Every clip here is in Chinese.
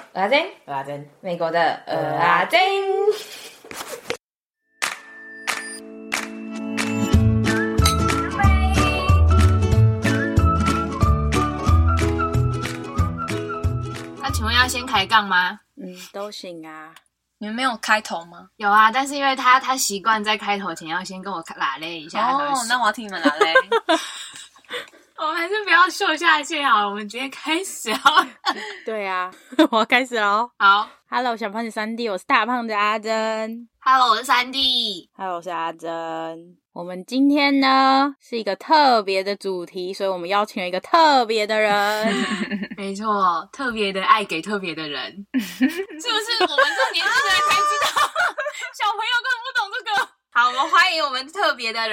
蚵仔煎， 蚵仔煎， 美国的蚵仔煎。那请问要先开杠吗？ 都行啊。 你们没有开头吗？ 有啊，但是因为他习惯在开头前要先跟我拉勒一下。 哦，那我要听你们拉勒。 我们还是不要秀下限好了，我们直接开始好了。 对啊，我要开始喽。 好 ，Hello， 小胖子3弟，我是大胖子阿珍。 ，Hello， 我是3弟。 Hello， 我是阿珍。我们今天呢是一个特别的主题，所以我们邀请了一个特别的人。 没错，特别的爱给特别的人，是不是？我们这年纪的人才知道，小朋友根本不懂这个。好，我们欢迎我们特别的人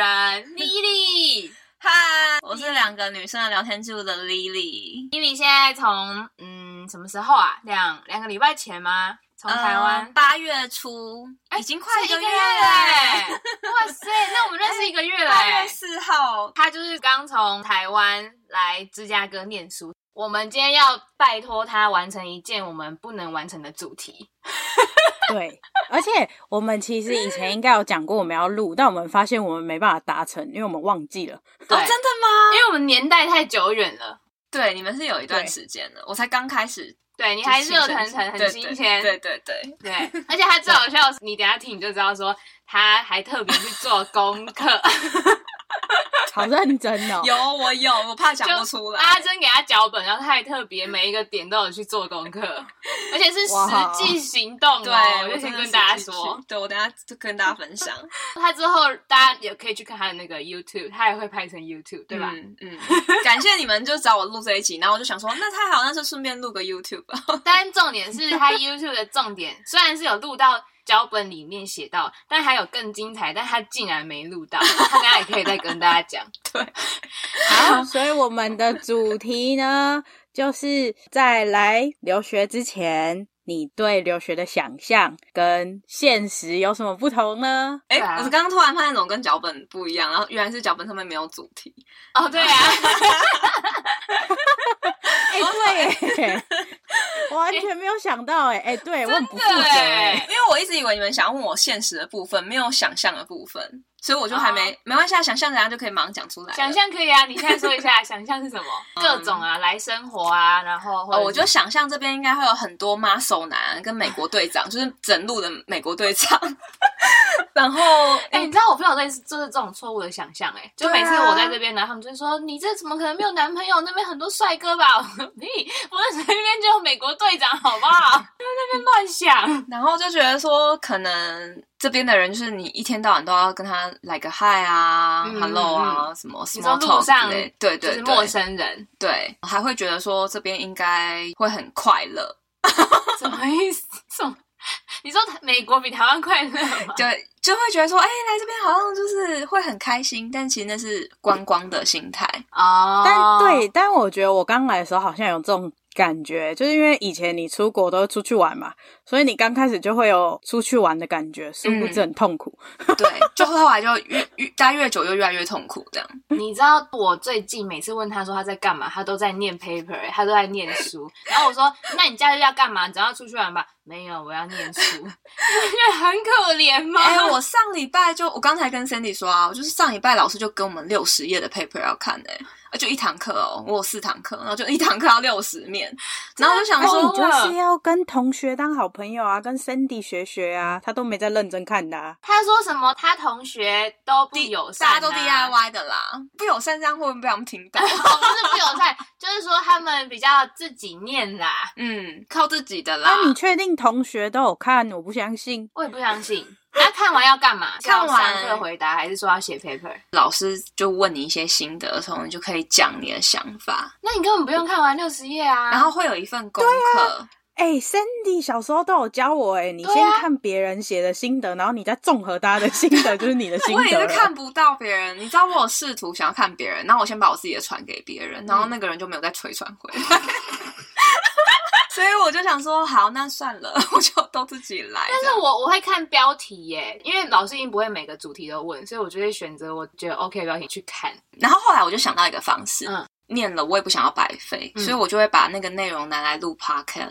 ，Lily。 嗨，我是2个女生的聊天记录的 Lily。Lily 现在从什么时候啊？两个礼拜前吗？从台湾 8月初，已经快1个月了。哇塞，那我们认识1个月了。 8月4号， 他就是刚从台湾来芝加哥念书。我们今天要拜托他完成一件我们不能完成的主题。 对，而且我们其实以前应该有讲过我们要录，但我们发现我们没办法达成，因为我们忘记了。 对， 真的吗？ 因为我们年代太久远了。 对，你们是有一段时间了，我才刚开始。 对，你还热腾腾，很新鲜。 对， 而且他最好笑的是，你等一下听你就知道说，他还特别去做功课。 好认真哦！ 我怕讲不出来。 阿珍给他脚本，然后他还特别每一个点都有去做功课，而且是实际行动哦。 对， 我就先跟大家说， 对，我等一下就跟大家分享。 他之后大家也可以去看他的那个 YouTube， 他也会拍成 YouTube， 对吧？ 感谢你们就找我录这一集，然后我就想说，那太好，那就顺便录个 YouTube。 但重点是他 YouTube 的重点，虽然是有录到脚本里面写到，但还有更精彩，但他竟然没录到，他等下也可以再跟大家讲。 对， 好，所以我们的主题呢，就是在来留学之前，你对留学的想象跟现实有什么不同呢？ 我刚刚突然发现怎么跟脚本不一样，然后原来是脚本上面没有主题。 哦，对啊。 对耶，我完全没有想到对，我很不负责因为我一直以为你们想要问我现实的部分，没有想象的部分，所以我就还没关系啊，想象等下就可以马上讲出来了。 想象可以啊，你现在说一下想象是什么？各种啊，来生活啊，然后我就想象这边应该会有很多 muscle 男跟美国队长，就是整路的美国队长。然后你知道我朋友就是这种错误的想象就每次我在这边，然后他们就说你这怎么可能没有男朋友？那边很多帅哥吧？我说屁，我那边就有美国队长，好不好？在那边乱想， 然后就觉得说可能这边的人就是你一天到晚都要跟他来个 hi 啊、hello 啊，什么 small talk 之类，对， 就是陌生人， 对，还会觉得说这边应该会很快乐。 什么意思？你说美国比台湾快乐吗？ 对，就会觉得说，来这边好像就是会很开心，但其实那是观光的心态哦。 但我觉得我刚来的时候好像有这种感觉，就是因为以前你出国都会出去玩嘛，所以你刚开始就会有出去玩的感觉，殊不知很痛苦。 对，就后来就待越久就越来越痛苦这样。 你知道我最近每次问他说他在干嘛，他都在念 paper， 他都在念书。然后我说那你假日要干嘛？只要出去玩吧。没有，我要念书。你不觉得很可怜吗？ 我上礼拜我刚才跟 Sandy 说啊，我就是上礼拜老师就跟我们60页的 paper 要看就1堂课我有4堂课，然后就1堂课要60面，然后我就想说， 你就是要跟同学当好朋友啊，跟 Sandy 学啊，他都没在认真看的啊。 他说什么？他同学都不友善， 大家都 DIY 的啦，不友善这样会不会被他们听到？ 不是不友善，就是说他们比较自己念啦， 靠自己的啦。 那你确定同学都有看？我不相信， 我也不相信。那看完要干嘛？ 看完上课回答，还是说要写 paper？ 老师就问你一些心得的时候，你就可以讲你的想法。 那你根本不用看完60页啊。 然后会有一份功课。 Sandy 小时候都有教我你先看别人写的心得，然后你再综合大家的心得，就是你的心得。 我也是看不到别人，你知道我有试图想要看别人，然后我先把我自己的传给别人，然后那个人就没有再回传回来。所以我就想说，好，那算了，我就都自己来。 但是我会看标题耶，因为老师一定不会每个主题都问，所以我就会选择我觉得 OK 的标题去看。 然后后来我就想到一个方式，念了我也不想要白费，所以我就会把那个内容拿来录 podcast。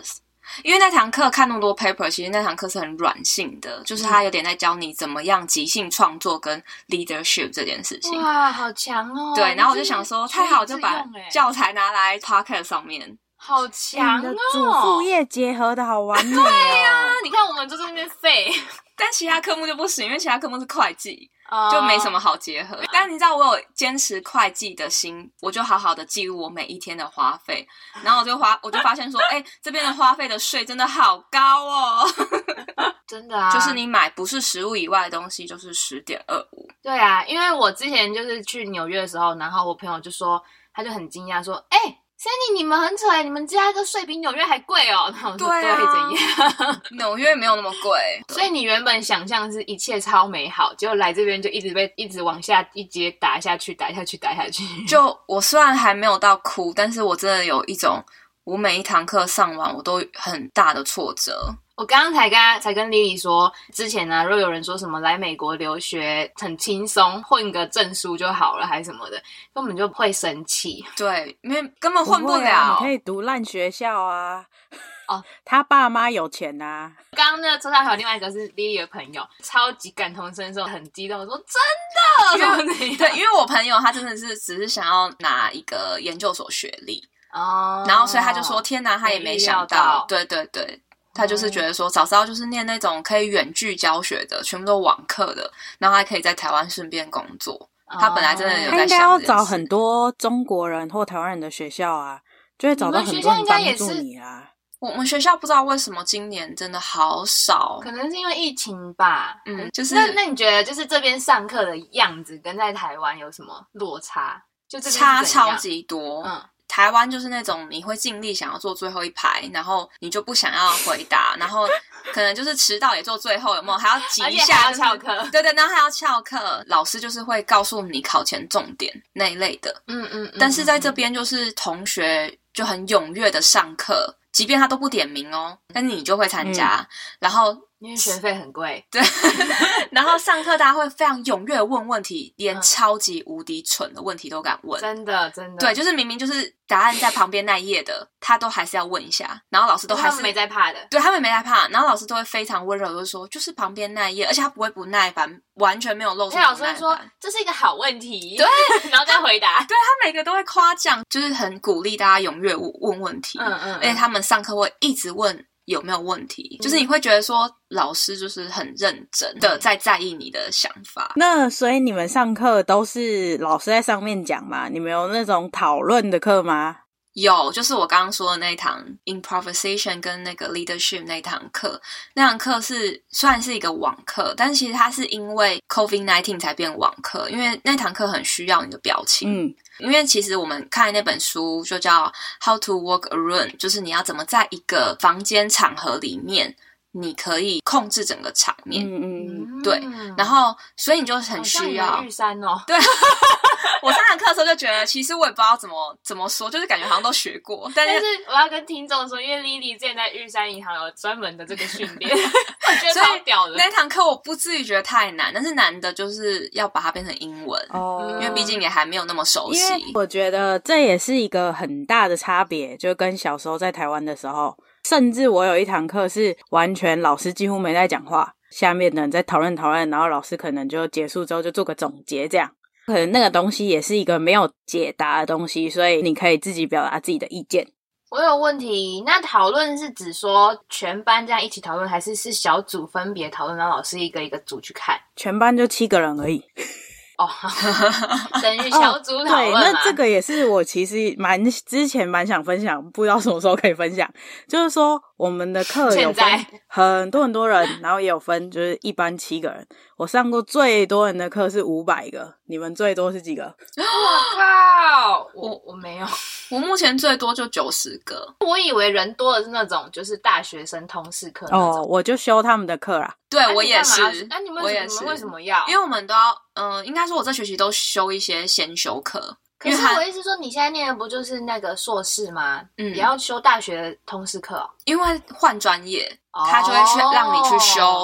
因为那堂课看那么多 paper， 其实那堂课是很软性的，就是他有点在教你怎么样即兴创作跟 leadership 这件事情。 哇，好强哦！ 对，然后我就想说，太好，就把教材拿来 podcast 上面。 好强哦！ 你的主副业结合的好完美哦。 对啊，你看我们就在那边废， 但其他科目就不行，因为其他科目是会计。就没什么好结合。但你知道我有坚持会计的心，我就好好的记录我每一天的花费，然后我就发现说，这边的花费的税真的好高哦。 真的啊， 就是你买不是食物以外的东西就是 10.25。 对啊，因为我之前就是去纽约的时候，然后我朋友就说，他就很惊讶说Sandy 你们很扯耶，你们家的税比纽约还贵哦。然后我说对啊， 怎样？ 纽约没有那么贵。 所以你原本想象是一切超美好，结果来这边就一直往下一节打下去。 就我虽然还没有到哭，但是我真的有一种我每一堂课上完我都很大的挫折。 我刚刚才跟 Lily 说，之前呢，若有人说什么来美国留学很轻松，混个证书就好了，还是什么的，根本就会生气。 对，因为根本混不了。 你可以读烂学校啊。 哦， 他爸妈有钱啊。 刚刚那个车上还有另外一个是 Lily 的朋友，超级感同身受，很激动，说真的， 对，因为我朋友他真的是只是想要拿一个研究所学历哦， 然后所以他就说天哪，他也没想到，对对对。他就是觉得说早知道就是念那种可以远距教学的，全部都网课的，然后还可以在台湾顺便工作。他本来真的有在想这件事， 他应该要找很多中国人或台湾人的学校啊，就会找到很多人帮助你啊。 我们学校不知道为什么今年真的好少， 可能是因为疫情吧。 就是那你觉得就是这边上课的样子跟在台湾有什么落差？就这边差超级多。台湾就是那种你会尽力想要坐最后一排，然后你就不想要回答，然后可能就是迟到也坐最后，有没有？还要挤一下， 而且还要翘课。 对对，然后还要翘课，老师就是会告诉你考前重点那一类的。但是在这边就是同学就很踊跃的上课，即便他都不点名哦，但是你就会参加，然后因为学费很贵， 对，然后上课大家会非常踊跃的问问题，连超级无敌蠢的问题都敢问， 真的， 对，就是明明就是答案在旁边那一页的，他都还是要问一下，然后老师都还是没在怕的， 对，他们没在怕，然后老师都会非常温柔的说，就是旁边那一页，而且他不会不耐烦，完全没有露出不耐烦。 老师说这是一个好问题，对，然后再回答， 对，他每个都会夸奖，就是很鼓励大家踊跃问问题，而且他们上课会一直问有没有问题，就是你会觉得说老师就是很认真的在意你的想法。 那所以你们上课都是老师在上面讲吗？你们有那种讨论的课吗？ 有，就是我刚刚说的那一堂 improvisation 跟那个 leadership 那堂课，那堂课是虽然是一个网课，但是其实它是因为 COVID-19 才变网课，因为那堂课很需要你的表情。因为其实我们看那本书就叫 How to Work a Room， 就是你要怎么在一个房间场合里面你可以控制整个场面。对，然后所以你就很需要玉山哦。 对我上堂课的时候就觉得其实我也不知道怎么说，就是感觉好像都学过，但是我要跟听众说，因为 Lily 之前在玉山银行有专门的这个训练我觉得超屌的。 那堂课我不至于觉得太难，但是难的就是要把它变成英文因为毕竟也还没有那么熟悉。 因为我觉得这也是一个很大的差别，就跟小时候在台湾的时候，甚至我有一堂课是完全老师几乎没在讲话，下面的人在讨论，然后老师可能就结束之后就做个总结，这样可能那个东西也是一个没有解答的东西，所以你可以自己表达自己的意见。 我有问题，那讨论是指说全班这样一起讨论，还是小组分别讨论，然后老师一个一个组去看？ 全班就7个人而已。 等于小组讨论嘛。 对，那这个也是我其实之前蛮想分享，不知道什么时候可以分享。就是说我们的课有分很多人，然后也有分就是一班7个人。我上过最多人的课是500个，你们最多是几个？ 我靠，我没有， 我目前最多就90个。 我以为人多的是那种就是大学生通识课那种。 我就修他们的课啦。 对，我也是。 那你们为什么要？ 因为我们都要应该说我这学期都修一些先修课。 可是我意思说，你现在念的不就是那个硕士吗？也要修大学的通识课哦。 因为换专业，他就会让你去修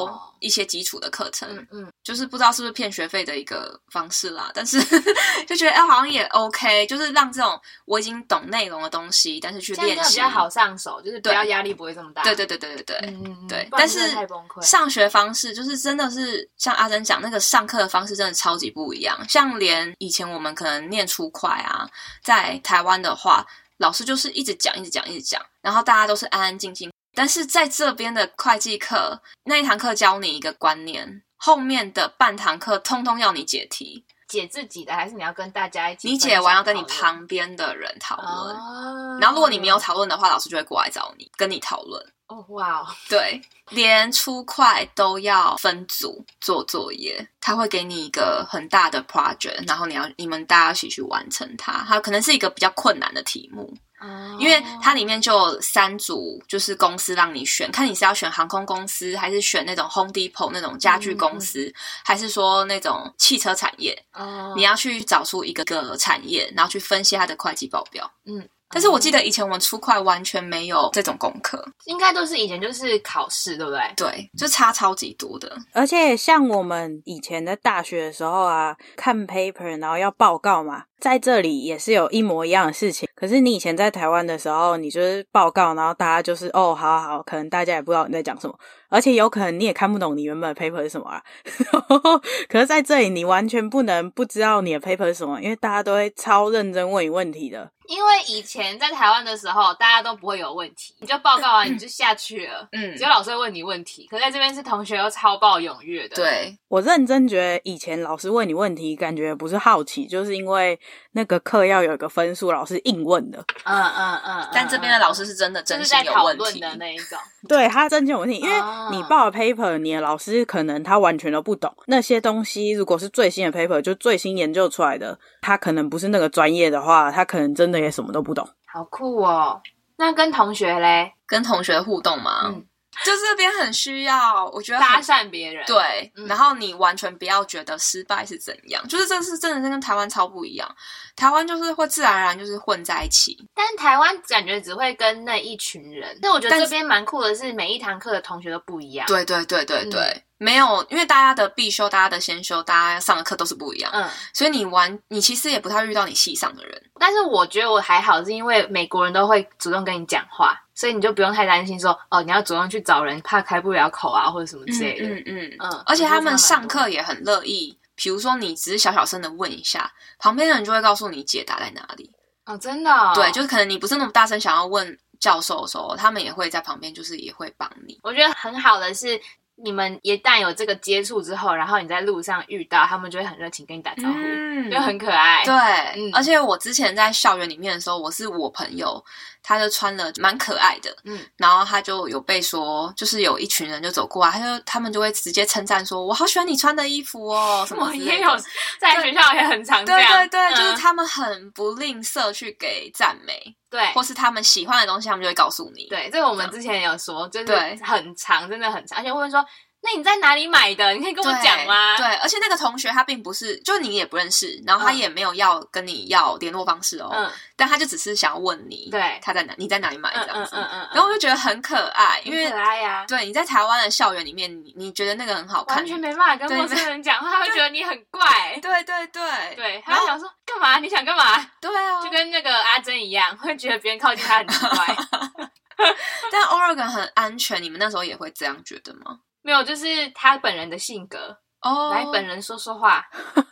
一些基础的课程，就是不知道是不是骗学费的一个方式啦，但是就觉得好像也 OK， 就是让这种我已经懂内容的东西，但是去练习， 这样比较好上手，就是比较压力不会这么大。 对，对，但是上学方式就是真的是像阿珍讲那个上课的方式真的超级不一样，像连以前我们可能念初会啊，在台湾的话，老师就是一直讲，然后大家都是安安静静。但是在这边的会计课，那一堂课教你一个观念，后面的半堂课通通要你解题。 解自己的还是你要跟大家一起？ 你解完要跟你旁边的人讨论，然后如果你没有讨论的话，老师就会过来找你跟你讨论。 哦，哇哦， 对，连初会都要分组做作业，他会给你一个很大的 project， 然后你们大家一起去完成它，它可能是一个比较困难的题目。因为它里面就有3组就是公司让你选，看你是要选航空公司，还是选那种 Home Depot 那种家具公司，还是说那种汽车产业。你要去找出一个产业，然后去分析它的会计报表。但是我记得以前我们初会完全没有这种功课， 应该都是以前就是考试，对不对？ 对，就差超级多的。 而且像我们以前在大学的时候啊，看 paper 然后要报告嘛，在这里也是有一模一样的事情。可是你以前在台湾的时候，你就是报告，然后大家就是好，可能大家也不知道你在讲什么，而且有可能你也看不懂你原本的 paper 是什么啊。可是在这里你完全不能不知道你的 paper 是什么，因为大家都会超认真问你问题的。 因为以前在台湾的时候，大家都不会有问题，你就报告完你就下去了，只有老师会问你问题。可是在这边是同学又超爆踊跃的。 对， 我认真觉得以前老师问你问题，感觉不是好奇，就是因为那个课要有一个分数，老师硬问的。 但这边的老师是真的真心有问题， 就是在讨论的那一种。 对，他真心有问题，因为你报的 paper， 你的老师可能他完全都不懂那些东西。如果是最新的 paper， 就最新研究出来的，他可能不是那个专业的话，他可能真的也什么都不懂。 好酷哦！那跟同学嘞？ 跟同学互动吗？就这边很需要，我觉得搭讪别人。 对，然后你完全不要觉得失败是怎样，就是这是真的是跟台湾超不一样。台湾就是会自然而然就是混在一起， 但台湾感觉只会跟那一群人。但我觉得这边蛮酷的是，每一堂课的同学都不一样。 对，没有，因为大家的必修、大家的先修、大家上的课都是不一样，所以你其实也不太遇到你系上的人。 但是我觉得我还好，是因为美国人都会主动跟你讲话，所以你就不用太担心说你要主动去找人，怕开不了口啊或者什么之类的。 而且他们上课也很乐意，比如说你只是小声的问一下，旁边的人就会告诉你解答在哪里。 真的哦？ 对，就是可能你不是那么大声想要问教授的时候，他们也会在旁边，就是也会帮你。 我觉得很好的是，你们一旦有这个接触之后，然后你在路上遇到他们，就会很热情跟你打招呼，就很可爱。 对，而且我之前在校园里面的时候，我朋友他就穿了蛮可爱的，然后他就有被说，就是有一群人就走过来，他们就会直接称赞说：“我好喜欢你穿的衣服哦，什么之类的。”我也有在学校也很常这样。 对，就是他们很不吝啬去给赞美。 对， 或是他们喜欢的东西，他们就会告诉你。 对，这个我们之前也有说，就是很长，真的很长，而且会说，那你在哪里买的？你可以跟我讲吗？ 对，而且那个同学他并不是，就你也不认识，然后他也没有要跟你要联络方式哦，但他就只是想要问你， 对， 他在哪，你在哪里买这样子，然后我就觉得很可爱，因为很可爱呀。 对，你在台湾的校园里面，你觉得那个很好看， 完全没办法跟陌生人讲话，他会觉得你很怪。对，他会想说干嘛？你想干嘛？ 对啊， 就跟那个阿珍一样，会觉得别人靠近他很奇怪。 但 Oregon 很安全，你们那时候也会这样觉得吗？ 没有，就是他本人的性格。来，本人说说话。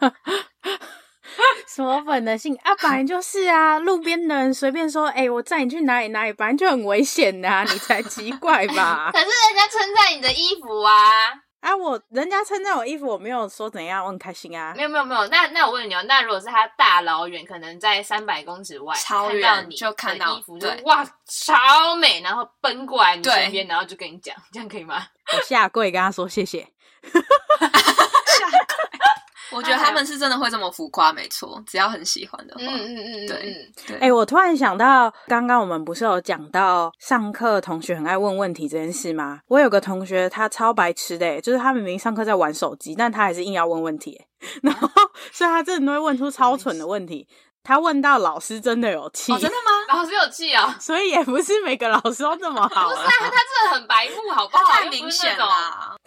什么本人性啊？本来就是啊，路边的人随便说，我载你去哪里哪里，本来就很危险的啊，你才奇怪吧？ 可是人家称赞你的衣服啊。 人家称赞我衣服，我没有说怎样，我很开心啊。 没有，那我问你哦，那如果是他大老远，可能在300公尺外， 超远就看到衣服，就哇超美，然后奔过来你身边，然后就跟你讲，这样可以吗？ 我下跪跟他说谢谢。 下跪。我觉得他们是真的会这么浮夸，没错，只要很喜欢的话。对。 我突然想到，刚刚我们不是有讲到上课同学很爱问问题这件事吗？我有个同学他超白痴的，就是他明明上课在玩手机，但他还是硬要问问题，然后所以他真的都会问出超蠢的问题。他问到老师真的有气。 真的吗？ 老师有气哦。 所以也不是每个老师都这么好。 不是啊，他真的很白目好不好？ 太明显了。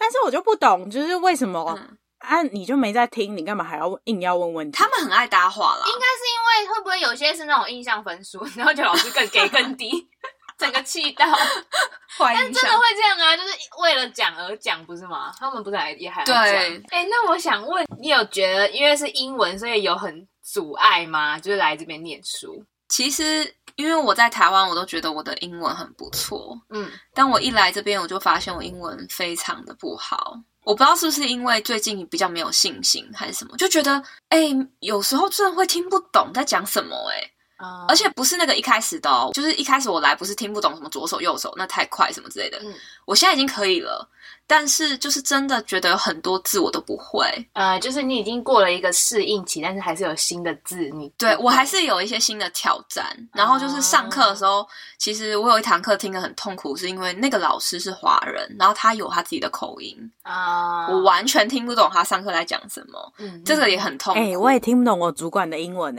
但是我就不懂，就是为什么你就没在听，你干嘛还要硬要问问题？ 他们很爱搭话啦， 应该是因为会不会有些是那种印象分数，然后就老师给更低，整个气到。但真的会这样啊，就是为了讲而讲，不是吗？他们不是也还这样？对。那我想问，你有觉得因为是英文，所以有很阻碍吗？就是来这边念书。 其实因为我在台湾，我都觉得我的英文很不错，但我一来这边，我就发现我英文非常的不好。我不知道是不是因为最近比较没有信心还是什么，就觉得有时候真的会听不懂在讲什么而且不是那个一开始的就是一开始我来不是听不懂什么左手右手那太快什么之类的，我现在已经可以了，但是就是真的觉得有很多字我都不会， 就是你已经过了一个适应期，但是还是有新的字对，我还是有一些新的挑战。然后就是上课的时候，其实我有一堂课听得很痛苦，是因为那个老师是华人，然后他有他自己的口音我完全听不懂他上课在讲什么，这个也很痛苦。 我也听不懂我主管的英文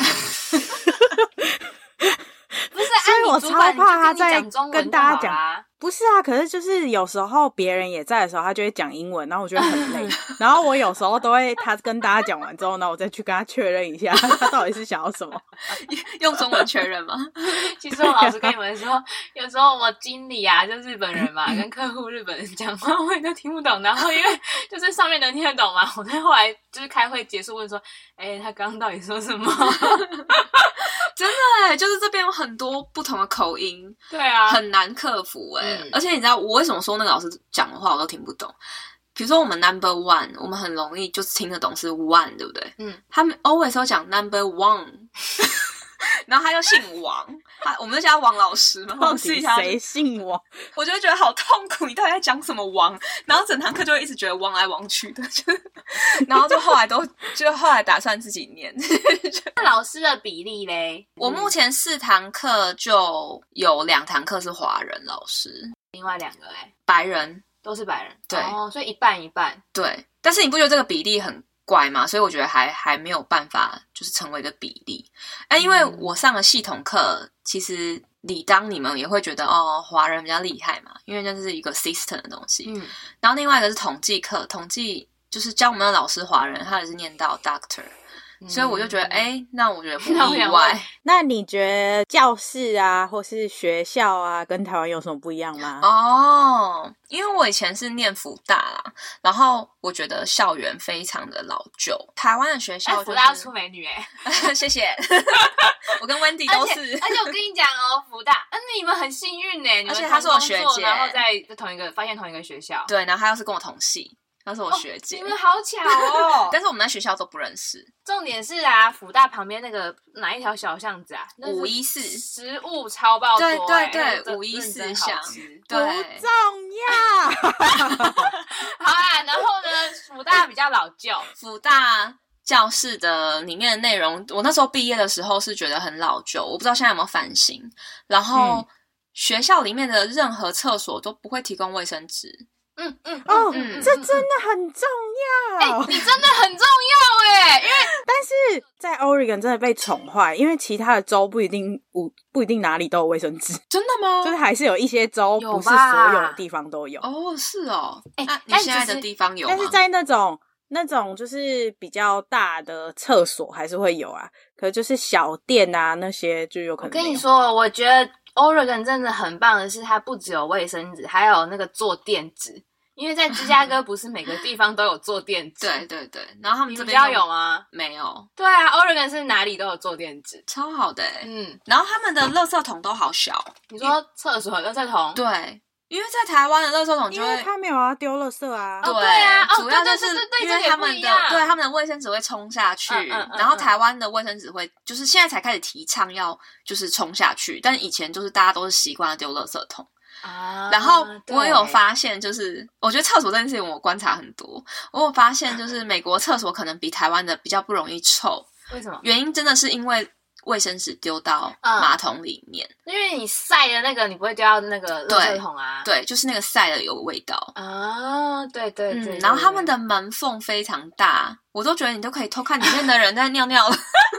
不是， 所以我超怕他在跟大家讲。 不是啊，可是就是有时候别人也在的时候，他就会讲英文，然后我觉得很累。然后我有时候都会他跟大家讲完之后呢，我再去跟他确认一下他到底是想要什么。 用中文确认吗？ 其实我老实跟你们说，有时候我经理啊，就日本人嘛，跟客户日本人讲话，我也都听不懂。然后因为就是上面能听得懂嘛，我在后来就是开会结束问说，他刚刚到底说什么？ 真的就是这边有很多不同的口音， 对啊， 很难克服而且你知道我为什么说那个老师讲的话我都听不懂？比如说我们 number one， 我们很容易就是听得懂是 one， 对不对？他们 always 都讲 number one， 然后他又姓王，我们就叫他王老师嘛。 到底谁姓王？ 我就会觉得好痛苦，你到底在讲什么王？然后整堂课就会一直觉得王来王去的，然后就后来打算自己念。 那老师的比例嘞？ 我目前4堂课就有2堂课是华人老师， 另外2个白人， 都是白人。 对， 所以一半一半。 对，但是你不觉得这个比例很怪吗？所以我觉得还没有办法就是成为一个比例。因为我上了系统课，其实理当你们也会觉得华人比较厉害嘛，因为这是一个 system 的东西。然后另外一个是统计课，统计就是教我们的老师华人，他也是念到 doctor。所以我就觉得那我觉得不意外。 那你觉得教室啊或是学校啊跟台湾有什么不一样吗？ 因为我以前是念辅大啦，然后我觉得校园非常的老旧。台湾的学校辅大出美女谢谢。我跟 Wendy 都是。 而且我跟你讲辅大你们很幸运而且她是我学姐， 然后在发现同一个学校。 对，然后她又是跟我同系，她是我学姐。 你们好巧但是我们在学校都不认识。 重点是辅大旁边那个哪一条小巷子 514， 食物超爆多。 对514巷， 不重要。 好啦，然后呢，辅大比较老旧， 辅大教室的里面的内容，我那时候毕业的时候是觉得很老旧，我不知道现在有没有翻新。然后学校里面的任何厕所都不会提供卫生纸。 这真的很重要。 你真的很重要因为但是在 Oregon 真的被宠坏，因为其他的州不一定哪里都有卫生纸。 真的吗？ 就是还是有一些州不是所有的地方都有。 是哦。那你现在的地方有吗？ 但是在那种就是比较大的厕所还是会有啊，可是就是小店啊那些就有可能没有。 我跟你说，我觉得 Oregon 真的很棒的是，它不只有卫生纸，还有那个坐垫纸。因为在芝加哥不是每个地方都有坐垫纸。 对，然后他们这边你们有吗？ 没有。 对啊 Oregon 是哪里都有坐垫纸， 超好的然后他们的垃圾桶都好小。 你说厕所垃圾桶？ 对，因为在台湾的垃圾桶就会， 因为他没有要丢垃圾啊。 对啊， 主要就是因为他们的卫生纸会冲下去，然后台湾的卫生纸会就是现在才开始提倡要就是冲下去，但以前就是大家都是习惯丢垃圾桶。然后我有发现，就是我觉得厕所这件事情我观察很多，我有发现就是美国厕所可能比台湾的比较不容易臭。 为什么？ 原因真的是因为卫生纸丢到马桶里面， 因为你晒的那个你不会丢到那个垃圾桶啊。 对，就是那个晒的有味道对。 然后他们的门缝非常大，我都觉得你都可以偷看里面的人在尿尿了。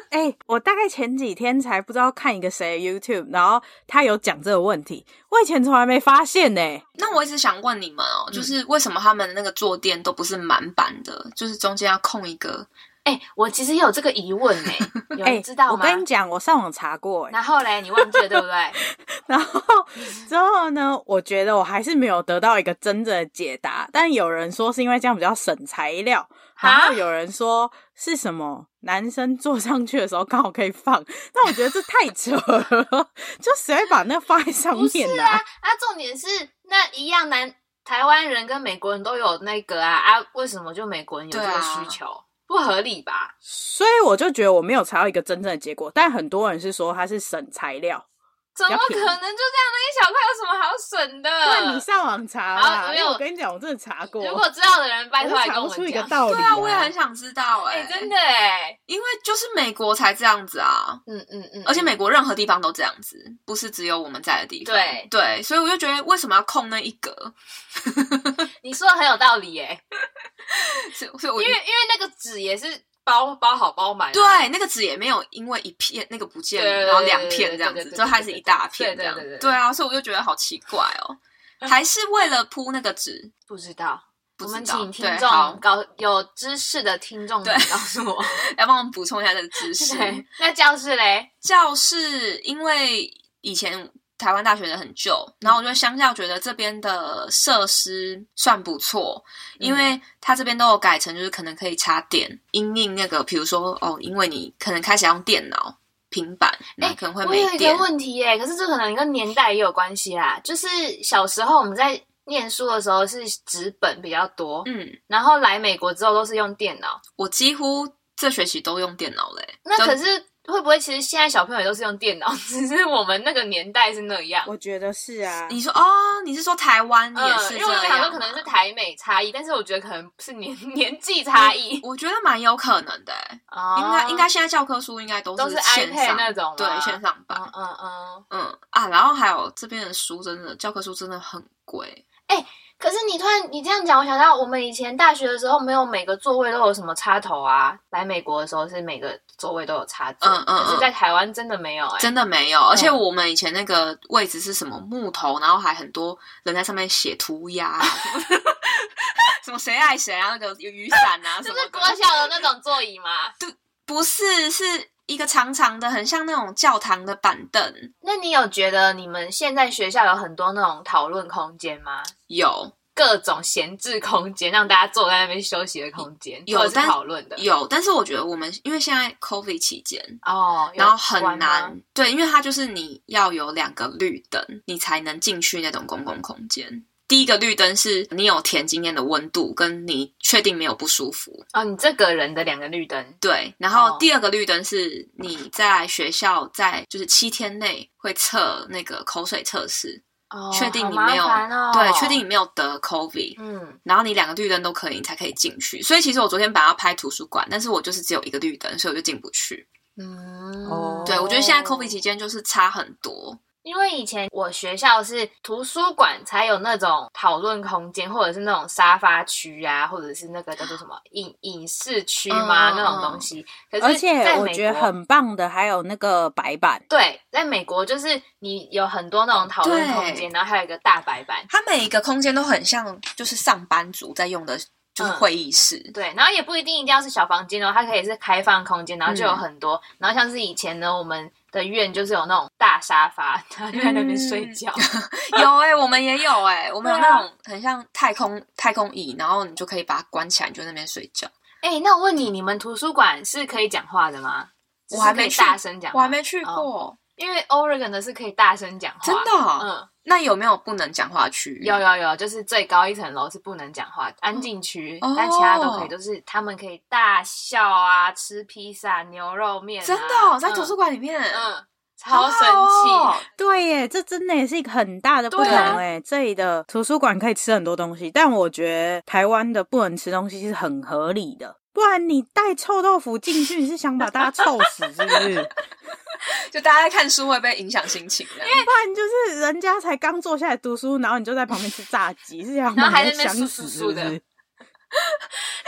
我大概前几天才不知道看一个谁的 YouTube， 然后他有讲这个问题，我以前从来没发现那我一直想问你们就是为什么他们的那个坐垫都不是满版的，就是中间要空一个？ 我其实也有这个疑问有人知道吗？ 我跟你讲，我上网查过然后嘞，你忘记了对不对？ 然后之后呢，我觉得我还是没有得到一个真正的解答，但有人说是因为这样比较省材料，然后有人说是什么男生坐上去的时候刚好可以放，但我觉得这太扯了，就谁会把那个放在上面不是啊，重点是那一样台湾人跟美国人都有那个为什么就美国人有这个需求？不合理吧？ 所以我就觉得我没有查到一个真正的结果，但很多人是说它是省材料。 怎么可能就这样？那一小块有什么好省的？ 那你上网查啦，因为我跟你讲，我真的查过。 如果知道的人，拜托来跟我们讲。 查不出一个道理。 对啊，我也很想知道真的因为就是美国才这样子啊。而且美国任何地方都这样子，不是只有我们在的地方。对，所以我就觉得为什么要空那一格？ 你说的很有道理所以我因为那个纸也是包好包满， 对，那个纸也没有因为一片那个不见了，然后2片这样子，就还是一大片这样。对啊，所以我就觉得好奇怪还是为了铺那个纸？ 不知道。我们请听众有知识的听众告诉我， 要帮我们补充一下这个知识。 那教室嘞？ 教室因为以前台湾大学的很旧，然后我就相较觉得这边的设施算不错，因为它这边都有改成就是可能可以插电，因应那个比如说因为你可能开始要用电脑平板，那可能会没电。 我有一个问题可是这可能跟年代也有关系啦，就是小时候我们在念书的时候是纸本比较多，然后来美国之后都是用电脑。我几乎这学期都用电脑那可是会不会其实现在小朋友也都是用电脑，只是我们那个年代是那样？ 我觉得是啊。 你说你是说台湾也是这样？ 因为我想说可能是台美差异，但是我觉得可能是年纪差异。 我觉得蛮有可能的应该现在教科书应该都是 iPad 那种， 对，线上版。然后还有这边的书真的教科书真的很贵。 可是你这样讲，我想到我们以前大学的时候，没有每个座位都有什么插头啊。来美国的时候是每个座位都有插座，可是在台湾真的没有真的没有。而且我们以前那个位置是什么木头，然后还很多人在上面写涂鸦什么谁爱谁啊，那个有雨伞啊什么的。 是国小的那种座椅吗？ 对，不是，是一个长长的很像那种教堂的板凳。 那你有觉得你们现在学校有很多那种讨论空间吗？ 有， 各种闲置空间，让大家坐在那边休息的空间， 有讨论的。 有，但是我觉得我们因为现在 COVID 期间然后很难，对，因为它就是你要有2个绿灯，你才能进去那种公共空间。第一个绿灯是你有填今天的温度，跟你确定没有不舒服你这个人的2个绿灯。 对，然后第2个绿灯是你在学校在就是7天内会测那个口水测试。确定你没有对，确定你没有得 COVID，然后你2个绿灯都可以，你才可以进去。所以其实我昨天本来要拍图书馆，但是我就是只有1个绿灯，所以我就进不去。对，我觉得现在 COVID 期间就是差很多。 因为以前我学校是图书馆才有那种讨论空间，或者是那种沙发区啊，或者是那个叫做什么影视区嘛，那种东西。可是而且我觉得很棒的还有那个白板。 对，在美国就是你有很多那种讨论空间，然后还有一个大白板。 它每一个空间都很像就是上班族在用的就是会议室。 对，然后也不一定一定要是小房间它可以是开放空间，然后就有很多。然后像是以前呢，我们的院就是有那种大沙发，他就在那边睡觉。 有我们也有我们有那种很像太空椅，然后你就可以把它关起来，你就在那边睡觉。 那我问你们图书馆是可以讲话的吗？ 我还没去， 大声讲话， 我还没去过。 因为 Oregon 的是可以大声讲话。 真的那有没有不能讲话区域？ 有，就是最高1层楼是不能讲话，安静区，但其他都可以，就是他们可以大笑啊，吃披萨、牛肉面真的在图书馆里面超神奇。 对耶，这真的也是一个很大的不同这里的图书馆可以吃很多东西，但我觉得台湾的不能吃东西是很合理的，不然你带臭豆腐进去，你是想把大家臭死是不是？ 就大家在看书会被影响心情的， 不然就是人家才刚坐下来读书，然后你就在旁边吃炸鸡，是想然后还在那边簌簌簌的。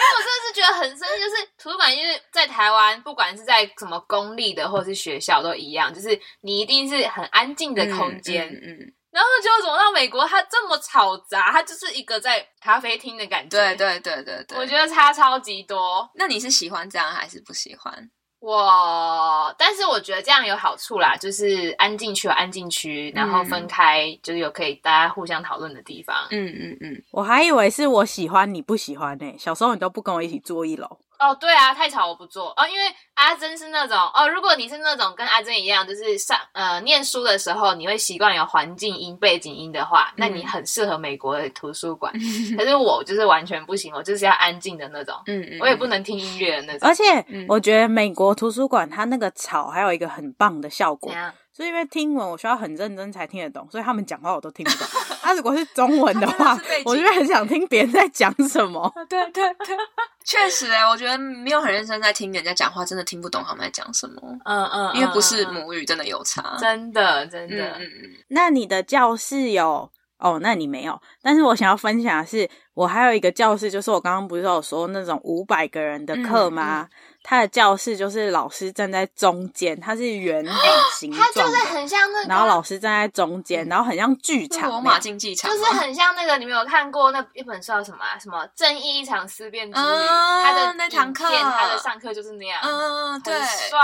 我真的是觉得很生气，就是图书馆，因为在台湾，不管是在什么公立的或是学校都一样，就是你一定是很安静的空间。然后结果走到美国，它这么吵杂，它就是一个在咖啡厅的感觉。 对， 我觉得差超级多。 那你是喜欢这样还是不喜欢？ 但是我觉得这样有好处啦，就是安静区有安静区，然后分开就是有可以大家互相讨论的地方。 我还以为是我喜欢你不喜欢呢，小时候你都不跟我一起坐1楼。 哦，对啊，太吵我不做哦，因为阿珍是那种如果你是那种跟阿珍一样，就是念书的时候你会习惯有环境音、背景音的话，那你很适合美国的图书馆。可是我就是完全不行，我就是要安静的那种，我也不能听音乐的那种。 而且我觉得美国图书馆它那个吵还有一个很棒的效果。是因为听闻我需要很认真才听得懂，所以他们讲话我都听不懂。如果是中文的话，我就会很想听别人在讲什么。 对，确实我觉得没有很认真在听人家讲话，真的听不懂他们在讲什么。因为不是母语，真的有差。 真的。 那你的教室有？那你没有。但是我想要分享的是，我还有一个教室，就是我刚刚不是有说那种500个人的课吗？他的教室就是老师站在中间，它是圆筒形状的， 它就是很像那个， 然后老师站在中间，然后很像剧场， 罗马竞技场， 就是很像那个，你们有看过那一本书叫什么什么正义一场思辨之旅？他的那堂课， 他的上课就是那样， 对， 很帅，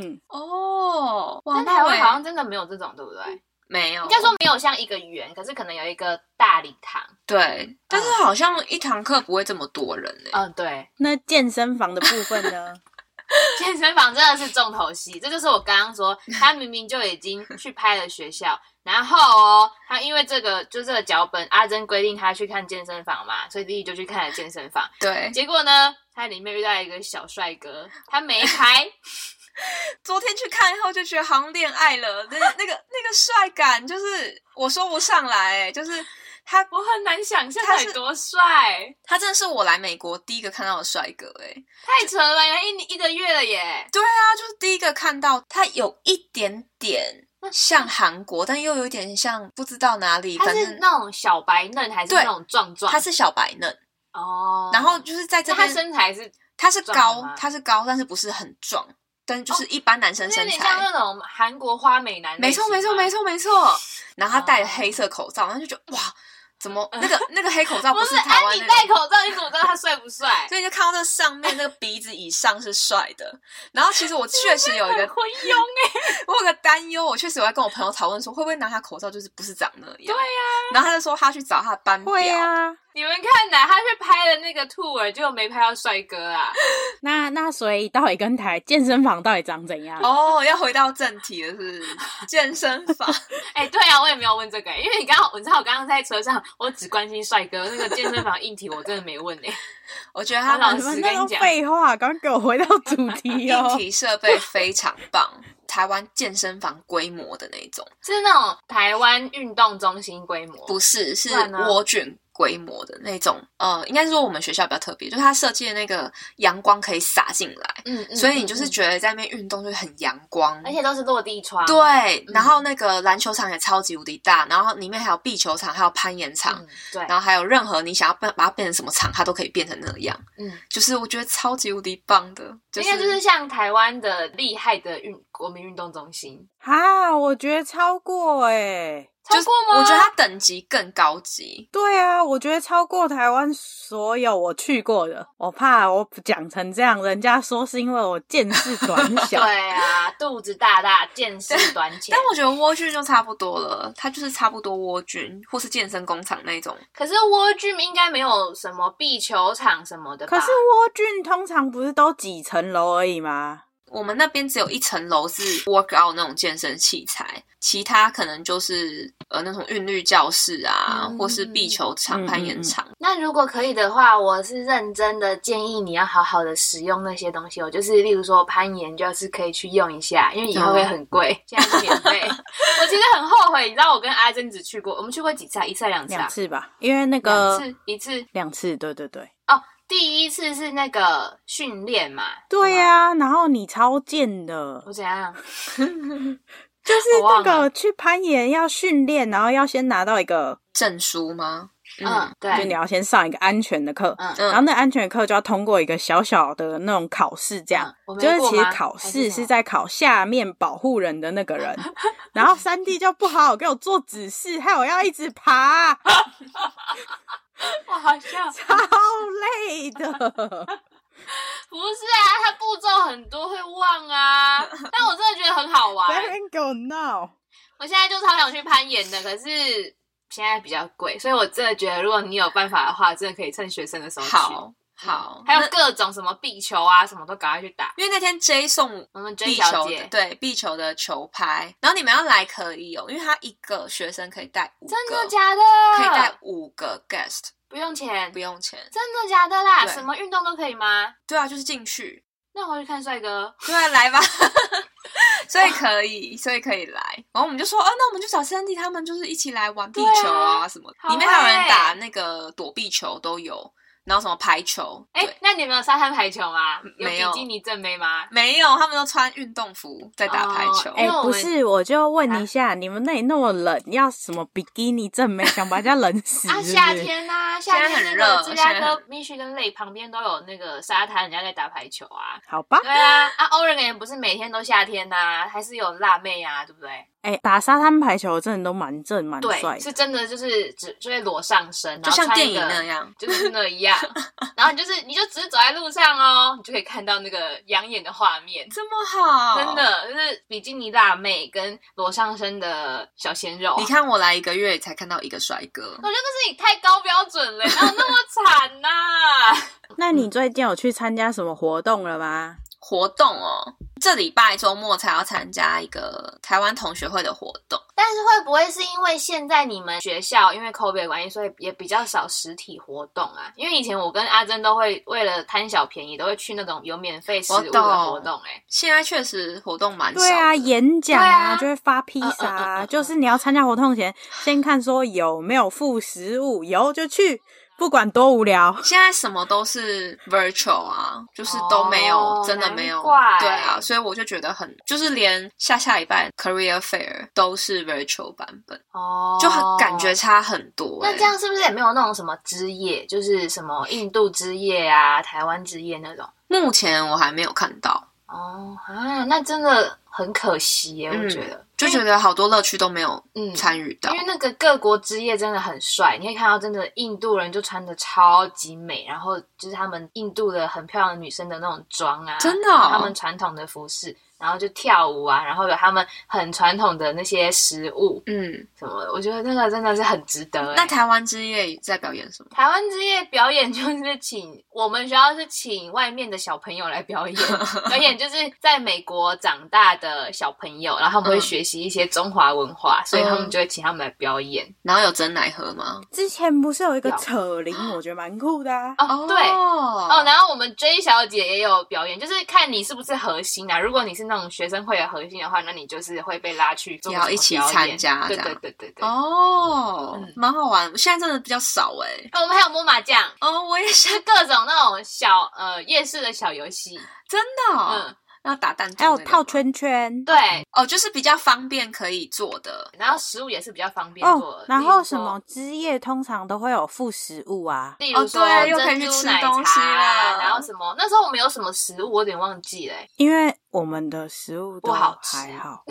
哇， 但台湾好像真的没有这种，对不对？ 没有， 应该说没有像一个圆，可是可能有一个大礼堂。 对，但是好像一堂课不会这么多人对。 那健身房的部分呢？ 健身房真的是重头戏，这就是我刚刚说，他明明就已经去拍了学校，然后他因为这个脚本，阿珍规定他去看健身房嘛，所以弟弟就去看了健身房。 对， 结果呢，他里面遇到一个小帅哥，他没拍。 昨天去看以后就觉得好像恋爱了，那个帅感就是我说不上来就是他， 我很难想象他有多帅。 他真的是我来美国第一个看到的帅哥太扯了，一个月了耶。 对啊，就是第一个看到他有一点点像韩国，但又有一点像不知道哪里。 他是那种小白嫩还是那种壮壮？ 他是小白嫩然后就是在这边， 他身材是他是高，但是不是很壮。但就是一般男生身材，有点像那种韩国花美男。 没错。然后他戴着黑色口罩，然后就觉得哇，怎么那个黑口罩不是台湾你戴口罩，你怎么知道他帅不帅？ 所以就看到这上面那个鼻子以上是帅的。然后其实我确实有一个昏庸我有个担忧，我确实有在跟我朋友讨论说，会不会拿他口罩就是不是长那样？ 对啊。 然后他就说他去找他的班表。 会啊。 你们看哪，他去拍了那个 tour， 结果没拍到帅哥啊。 那所以到底跟健身房到底长怎样？ 要回到正题了，是健身房。 对啊，我也没有问这个因为你知道我刚刚在车上，我只关心帅哥，那个健身房硬体我真的没问我觉得他老实跟你讲， 废话，刚给我回到主题硬体设备非常棒。台湾健身房规模的那种， 是那种台湾运动中心规模？ 不是，是蜗菌规模的那种。应该是说我们学校比较特别，就是它设计的那个阳光可以洒进来，所以你就是觉得在那边运动就是很阳光， 而且都是落地窗。 对，然后那个篮球场也超级无敌大，然后里面还有壁球场，还有攀岩场， 对， 然后还有任何你想要把它变成什么场，它都可以变成那样。就是我觉得超级无敌棒的， 应该就是像台湾的厉害的国民运动中心我觉得超过超过吗？ 我觉得它等级更高级。 对啊，我觉得超过台湾所有我去过的。我怕我讲成这样，人家说是因为我见识短小。 对啊，肚子大大，见识短浅。 但我觉得蜗菌就差不多了，它就是差不多蜗菌或是健身工厂那种。 可是蜗菌应该没有什么壁球场什么的吧？ 可是蜗菌通常不是都几层楼而已吗？ 我们那边只有1层楼是 workout 那种健身器材，其他可能就是那种韵律教室啊，或是壁球场、攀岩场。 那如果可以的话，我是认真的建议你要好好的使用那些东西就是例如说攀岩，就是可以去用一下，因为以后会很贵，现在是免费。我其实很后悔，你知道我跟阿珍只去过，我们去过几次啊？1次还2次啊？2 次吧，因为那个 1次 2次，对。 第一次是那个训练嘛？ 对啊，然后你超贱的。 我怎样？ 就是那个去攀岩要训练，然后要先拿到一个证书吗？ 对， 就你要先上一个安全的课，然后那安全的课就要通过一个小小的那种考试，这样，就是其实考试是在考下面保护人的那个人，然后3弟就不好好给我做指示，害我要一直爬， 哇，好笑， 超累的。 不是啊，他步骤很多会忘啊，但我真的觉得很好玩。 在那边给我闹！ 我现在就超想去攀岩的，可是现在比较贵，所以我真的觉得，如果你有办法的话，真的可以趁学生的时候去。 好， 还有各种什么壁球啊，什么都赶快去打。 因为那天 J 送我们 J 小姐对壁球的球拍，然后你们要来可以哦，因为他一个学生可以带5个， 真的假的？ 可以带5个 guest， 不用钱， 不用钱， 真的假的啦？什么运动都可以吗？ 对啊，就是进去。 那我去看帅哥。 对啊，来吧。所以可以来，然后我们就说，那我们就找3弟他们就是一起来玩壁球啊什么的，里面还有人打那个躲避球都有。然后什么排球？ 那你们有沙滩排球吗？ 没有。 有比基尼正妹吗？ 没有，他们都穿运动服在打排球。 不是，我就问一下，你们那里那么冷，要什么比基尼正妹？想把人家冷死是不是？ 夏天啊， 夏天很热。 芝加哥、Michigan Lake 旁边都有那个沙滩，人家在打排球啊。 好吧。 对啊，Oregon 不是每天都夏天啊，还是有辣妹啊，对不对？ 打沙滩排球真的都蛮正蛮帅， 对，是真的就是就会裸上身， 就像电影那样， 就是那样。然后你就只是走在路上哦，你就可以看到那个养眼的画面， 这么好， 真的就是比基尼辣妹跟裸上身的小鲜肉。 你看我来1个月才看到1个帅哥， 我觉得那是你太高标准了，哪有那么惨啊？ 那你最近有去参加什么活动了吗？ 活动哦，这礼拜周末才要参加一个台湾同学会的活动。 但是会不会是因为现在你们学校因为 COVID 的关系，所以也比较少实体活动啊？因为以前我跟阿珍都会为了贪小便宜，都会去那种有免费食物的活动。 现在确实活动蛮少的。 对啊，演讲啊，就会发披萨啊，就是你要参加活动前，先看说有没有附食物，有就去。不管多无聊， 现在什么都是 virtual 啊，就是都没有，真的没有。对啊，所以我就觉得就是连下礼拜 Career Fair 都是 virtual 版本，就感觉差很多。 那这样是不是也没有那种什么之夜，就是什么印度之夜啊、台湾之夜那种？ 目前我还没有看到。 那真的很可惜耶，我觉得。 就觉得好多乐趣都没有参与到， 因为那个各国之夜真的很帅，你可以看到真的印度人就穿的超级美，然后就是他们印度的很漂亮的女生的那种妆啊， 真的他们传统的服饰，然后就跳舞啊，然后有他们很传统的那些食物，什么的，我觉得那个真的是很值得。 那台湾之夜在表演什么？ 台湾之夜表演就是我们学校是请外面的小朋友来表演，表演就是在美国长大的小朋友，然后他们会学习一些中华文化，所以他们就会请他们来表演。 然后有真奶喝吗？ 之前不是有一个扯铃，我觉得蛮酷的啊。 对然后我们 J 小姐也有表演，就是看你是不是核心啊。如果你是那种学生会的核心的话，那你就是会被拉去做要一起参加， 对。 蛮好玩。现在真的比较少我们还有摸麻将我也是各种那种小夜市的小游戏， 真的要打弹珠， 还有套圈圈， 对就是比较方便可以做的， 然后食物也是比较方便做的。 然后什么之夜通常都会有附食物啊， 例如说又可以去吃东西啦，然后什么那时候我们有什么食物我有点忘记了因为我们的食物都还好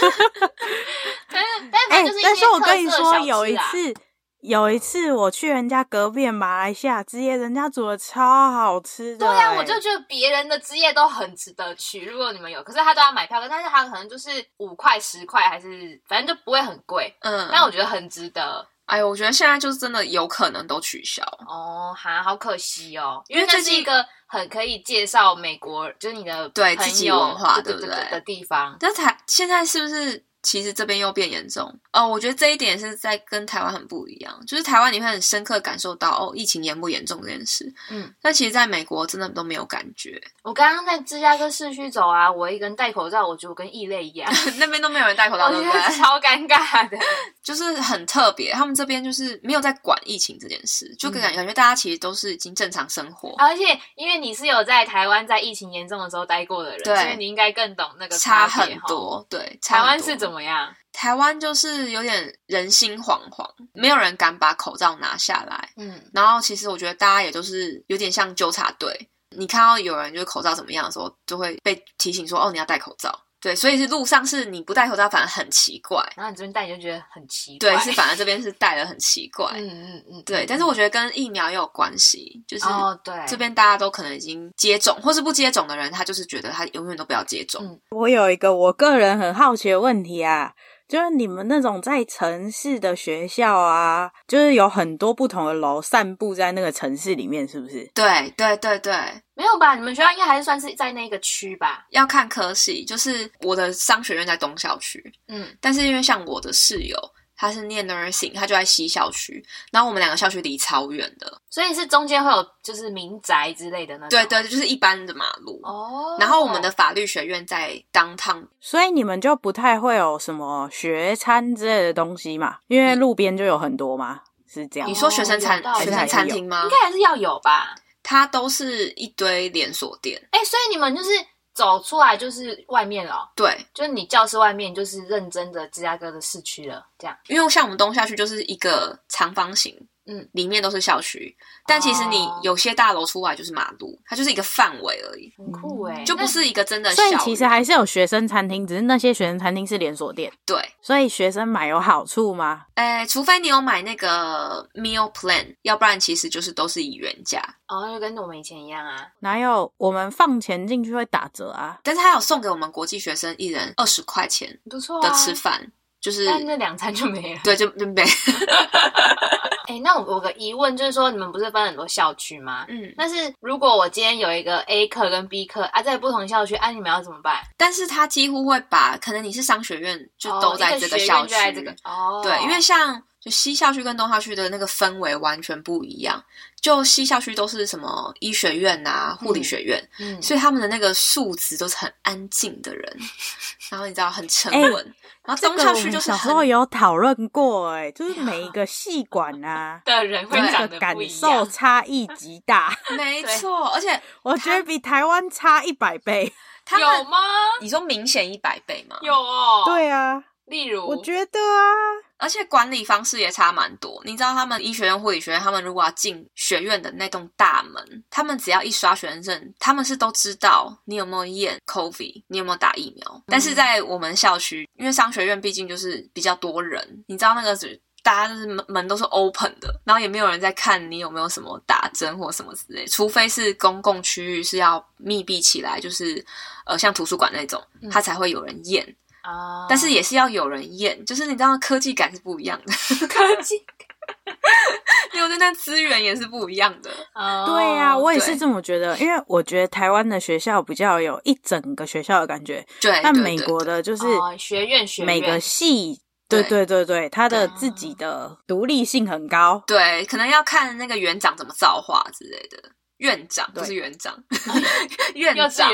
但是我跟你说有一次我去人家隔壁马来西亚之夜，人家煮的超好吃的。 对啊，我就觉得别人的之夜都很值得去，如果你们有，可是他都要买票，但是他可能就是5块10块，还是反正就不会很贵。但我觉得很值得。 我觉得现在就是真的有可能都取消好可惜因为那是一个很可以介绍美国就是你的对自己文化对不对的地方。 但现在是不是其实这边又变严重我觉得这一点是在跟台湾很不一样，就是台湾你会很深刻感受到疫情严不严重这件事但其实在美国真的都没有感觉。 我刚刚在芝加哥市区走啊，我一个人戴口罩，我觉得我跟异类一样那边都没有人戴口罩对不对？ 超尴尬的就是很特别，他们这边就是没有在管疫情这件事，就感觉大家其实都是已经正常生活而且因为你是有在台湾在疫情严重的时候待过的人，所以你应该更懂那个差很多。对， 台湾是怎么样？ 台湾就是有点人心惶惶，没有人敢把口罩拿下来。然后其实我觉得大家也都是有点像纠察队，你看到有人就是口罩怎么样的时候，就会被提醒说你要戴口罩。对，所以是路上是你不戴口罩反而很奇怪， 然后你这边戴你就觉得很奇怪。 对，是反而这边是戴得很奇怪。对，但是我觉得跟疫苗也有关系，就是对， 这边大家都可能已经接种，或是不接种的人，他就是觉得他永远都不要接种。 我有一个我个人很好奇的问题啊，就是你们那种在城市的学校啊，就是有很多不同的楼散布在那个城市里面，是不是？ 对对对对， 没有吧？你们学校应该还是算是在那个区吧？ 要看科系，就是我的商学院在东校区，但是因为像我的室友他是念 nursing， 他就在西校区，然后我们两个校区离超远的， 所以是中间会有就是民宅之类的那种。 对对，就是一般的马路。然后我们的法律学院在 downtown， 所以你们就不太会有什么学餐之类的东西嘛？因为路边就有很多嘛，是这样。 你说学生餐厅吗？ 应该还是要有吧。 它都是一堆连锁店。 所以你们就是走出来就是外面了。 对， 就是你教室外面就是认真的芝加哥的市区了，这样。 因为像我们东校区就是一个长方形，里面都是校区，但其实你有些大楼出来就是马路，它就是一个范围而已， 很酷欸， 就不是一个真的校园。 所以其实还是有学生餐厅，只是那些学生餐厅是连锁店。 对， 所以学生买有好处吗？ 除非你有买那个 meal plan， 要不然其实就是都是以原价。 就跟我们以前一样啊。 哪有我们放钱进去会打折啊？ 但是他有送给我们国际学生一人20块钱不错的吃饭，就是但那2餐就没了。 对，就没。 那我有个疑问，就是说你们不是分很多校区吗？但是如果我今天有一个 A 课跟 B 课在不同校区，你们要怎么办？ 但是他几乎会把，可能你是商学院就都在这个校区，对，因为像就西校区跟东校区的那个氛围完全不一样。就西校区都是什么医学院啊、护理学院，所以他们的那个素质都是很安静的人，然后你知道很沉稳。然后东校区就是小时候有讨论过，就是每一个系馆啊的人会长得不一样， 感受差异极大。 没错，而且我觉得比台湾差100倍。 有吗？ 你说明显100倍吗？ 有哦。 对啊， 例如我觉得啊， 而且管理方式也差蛮多。你知道他们医学院、护理学院，他们如果要进学院的那栋大门，他们只要一刷学生证，他们是都知道你有没有验 COVID， 你有没有打疫苗。但是在我们校区，因为商学院毕竟就是比较多人，你知道那个大家就是门都是 open 的，然后也没有人在看你有没有什么打针或什么之类，除非是公共区域是要密闭起来，就是像图书馆那种，它才会有人验。但是也是要有人验，就是你知道科技感是不一样的。 科技因为那资源也是不一样的。 对啊，我也是这么觉得，因为我觉得台湾的学校比较有一整个学校的感觉， 对， 但美国的就是学院每个系，对对对对，它的自己的独立性很高。 对，可能要看那个园长怎么造化之类的。院长不是园长，院长。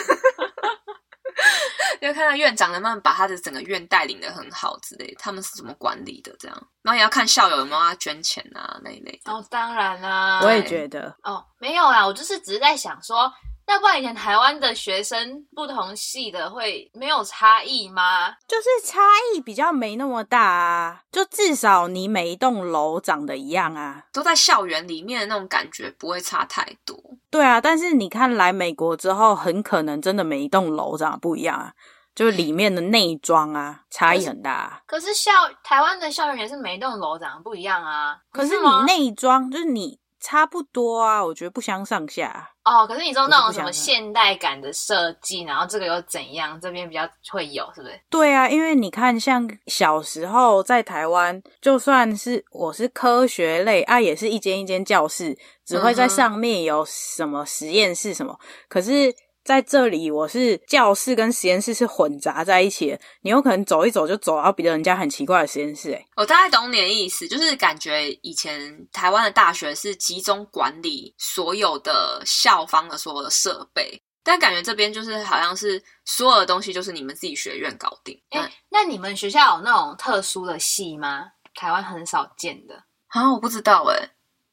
就看到院长能不能把他的整个院带领得很好之类的，他们是怎么管理的这样，然后也要看校友有没有要捐钱啊那一类的。 当然啦， 我也觉得。 没有啦，我就是只是在想说，那不然以前台湾的学生不同系的会没有差异吗？ 就是差异比较没那么大啊，就至少你每一栋楼长得一样啊， 都在校园里面的那种感觉不会差太多。 对啊，但是你看来美国之后，很可能真的每一栋楼长得不一样啊，就是里面的内装啊差异很大啊。 可是台湾的校园也是每一栋楼长得不一样啊。 可是你内装就是你差不多啊，我觉得不相上下。 可是你说那种什么现代感的设计，然后这个又怎样，这边比较会有，是不是？ 对啊，因为你看像小时候在台湾，就算是我是科学类啊，也是一间一间教室，只会在上面有什么实验室什么，可是在这里我是教室跟实验室是混杂在一起的，你有可能走一走就走到别人家很奇怪的实验室。 我大概懂你的意思，就是感觉以前台湾的大学是集中管理所有的校方的所有的设备，但感觉这边就是好像是所有的东西就是你们自己学院搞定。 那你们学校有那种特殊的系吗？台湾很少见的。 我不知道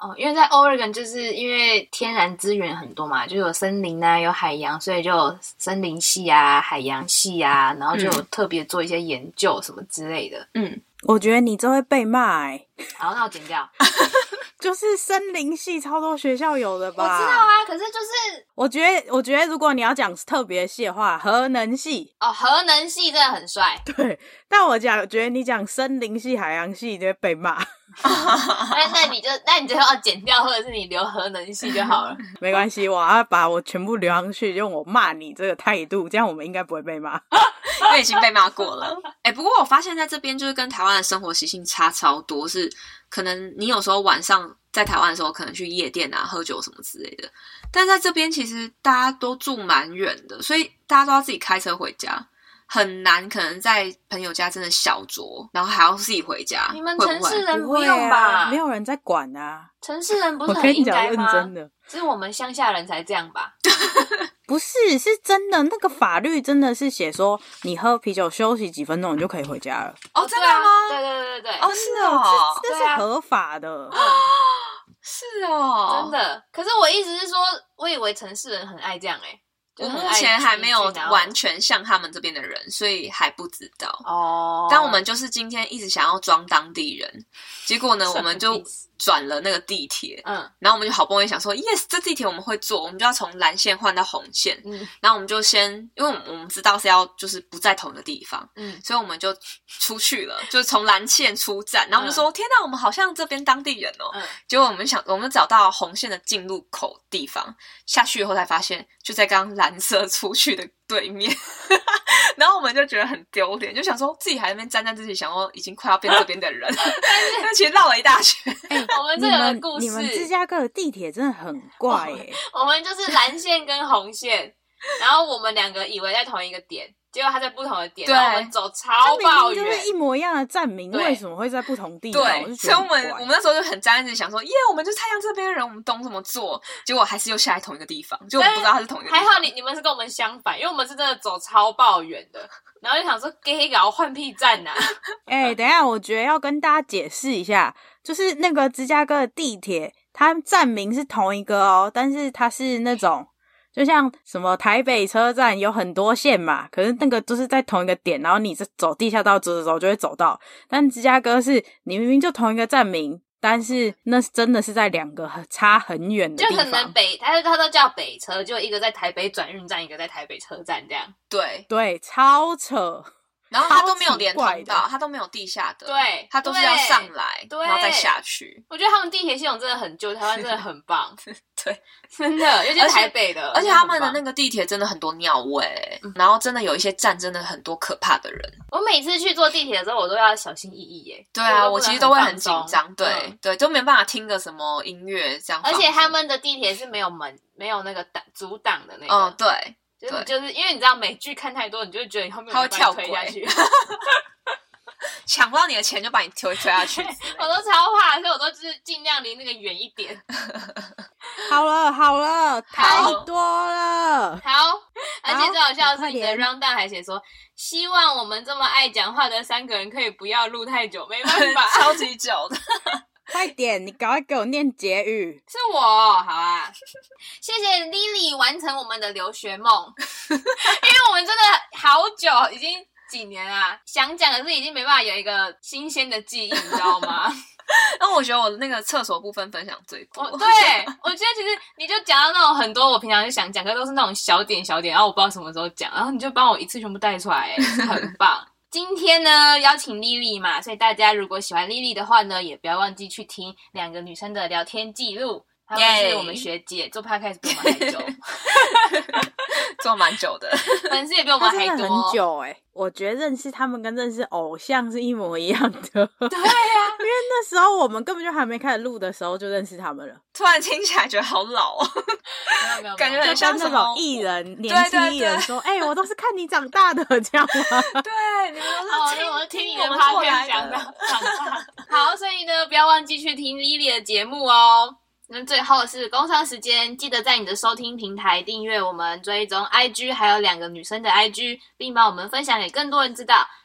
哦，因为在 Oregon 就是因为天然资源很多嘛，就有森林啊，有海洋，所以就有森林系啊、海洋系啊，然后就有特别做一些研究什么之类的。 我觉得你这会被骂好，那我剪掉。 就是森林系超多学校有的吧？ 我知道啊，可是就是我觉得如果你要讲特别系的话，核能系核能系真的很帅。 对，但我觉得你讲森林系、海洋系，你就会被骂。 那你就要剪掉，或者是你留核能系就好了。 没关系，我要把我全部留上去，用我骂你这个态度，这样我们应该不会被骂。 因为已经被骂过了。不过我发现在这边就是跟台湾的生活习性差超多，是可能你有时候晚上在台湾的时候可能去夜店啊喝酒什么之类的，但在这边其实大家都住蛮远的，所以大家都要自己开车回家，很难可能在朋友家真的小酌，然后还要自己回家。 你们会不会城市人不会用吧？ 啊，没有人在管啊。 城市人不是我跟很你讲认应该吗？ 真的， 只是我们乡下人才这样吧？ 不是，是真的，那个法律真的是写说，你喝啤酒休息几分钟，你就可以回家了。 哦，真的吗？ 对。 哦，是哦， 这是合法的。 是哦， 真的。可是我意思是说，我以为城市人很爱这样我目前还没有完全像他们这边的人，所以还不知道。但我们就是今天一直想要装当地人，结果呢，我们就转了那个地铁，然后我们就好不容易想说 ，yes， 这地铁我们会坐，我们就要从蓝线换到红线，然后我们就先，因为我们知道是要就是不在同一个地方，所以我们就出去了，就是从蓝线出站，然后我们就说，天哪，我们好像这边当地人哦，结果我们找到红线的进入口地方，下去以后才发现，就在刚蓝色出去的对面，然后我们就觉得很丢脸，就想说自己还在那边沾沾自喜，想说已经快要变这边的人，但其实绕了一大圈。 我们这个故事， 你们芝加哥的地铁真的很怪耶。 我们就是蓝线跟红线，然后我们两个以为在同一个点，结果他在不同的点，然后我们走超爆远， 就是一模一样的站名，为什么会在不同地方？ 对，所以我们那时候就很沾沾自喜，想说，耶，我们就太阳这边的人，我们懂怎么做，结果还是又下来同一个地方，就我们不知道他是同一个地方。 还好你们是跟我们相反，因为我们是真的走超爆远的，然后就想说，给搞换屁站啊！ 等一下，我觉得要跟大家解释一下，就是那个芝加哥的地铁，它站名是同一个哦，但是它是那种。就像什么台北车站有很多线嘛，可是那个都是在同一个点，然后你走地下道走就会走到。但芝加哥是你明明就同一个站名，但是那真的是在两个差很远的地方。 就可能它都叫北车，就一个在台北转运站，一个在台北车站这样。 对，超扯。 然后它都没有连通道，它都没有地下的， 对， 它都是要上来，然后再下去。 我觉得他们地铁系统真的很旧，台湾真的很棒， 对， 真的，尤其是台北的， 而且他们的那个地铁真的很多尿味，然后真的有一些站真的很多可怕的人。 我每次去坐地铁的时候，我都要小心翼翼耶。 对啊，我其实都会很紧张，对，都没有办法听个什么音乐这样。 而且他们的地铁是没有门，没有那个阻挡的那个， 对。 就是因为你知道美剧看太多，你就会觉得你后面他会跳推下去， 抢不到你的钱就把你推下去。 我都超怕，所以我都就是尽量离那个远一点。 好了，太多了。 好，而且最好笑的是你的 rundown 还写说，希望我们这么爱讲话的3个人可以不要录太久，没办法， 超级久的。 快点，你赶快给我念结语。 是我，好啊，谢谢 Lily 完成我们的留学梦，因为我们真的好久，已经几年啊，想讲的是已经没办法有一个新鲜的记忆，你知道吗？ 那我觉得我那个厕所部分分享最多。 对，我觉得其实你就讲到那种很多我平常就想讲，可是都是那种小点，然后我不知道什么时候讲，然后你就帮我一次全部带出来，很棒。今天呢邀请 Lily 嘛，所以大家如果喜欢 Lily 的话呢，也不要忘记去听2个女生的聊天记录。她们是我们学姐，做 podcast 比我们还久， 做蛮久的， 粉丝也比我们还多， 很久我觉得认识他们跟认识偶像是一模一样的。 对啊，因为那时候我们根本就还没开始录的时候就认识他们了。 突然听起来觉得好老哦， 没有， 感觉很像那种艺人，年轻艺人说：“我都是看你长大的，这样吗？” 对，你们都是我是听你的 podcast 长大。好，所以呢，不要忘记去听 Lily 的节目哦。那最后是工商时间，记得在你的收听平台订阅我们，追踪 IG， 还有2个女生的 IG， 并帮我们分享给更多人知道，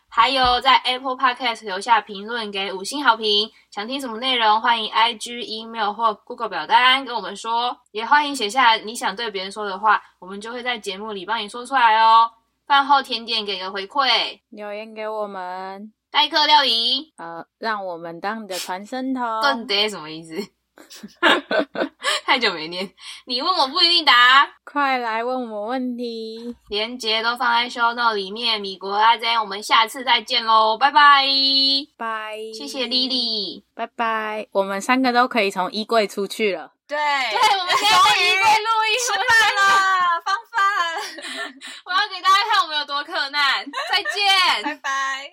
还有在 Apple Podcast 留下评论给5星好评。想听什么内容，欢迎 IG、email 或 Google 表单跟我们说，也欢迎写下你想对别人说的话，我们就会在节目里帮你说出来哦。饭后甜点给个回馈， 留言给我们， 代客料理， 让我们当你的传声筒。 顿得什么意思？太久没念，你问我不一定答， 快来问我问题， 连结都放在 show note 里面。米国阿珍，我们下次再见咯，拜拜， 拜， 谢谢 Lily， 拜拜。我们3个都可以从衣柜出去了。 对， 我们现在在衣柜录音， 吃饭了，放饭， 我要给大家看我们有多克难，再见， 拜拜。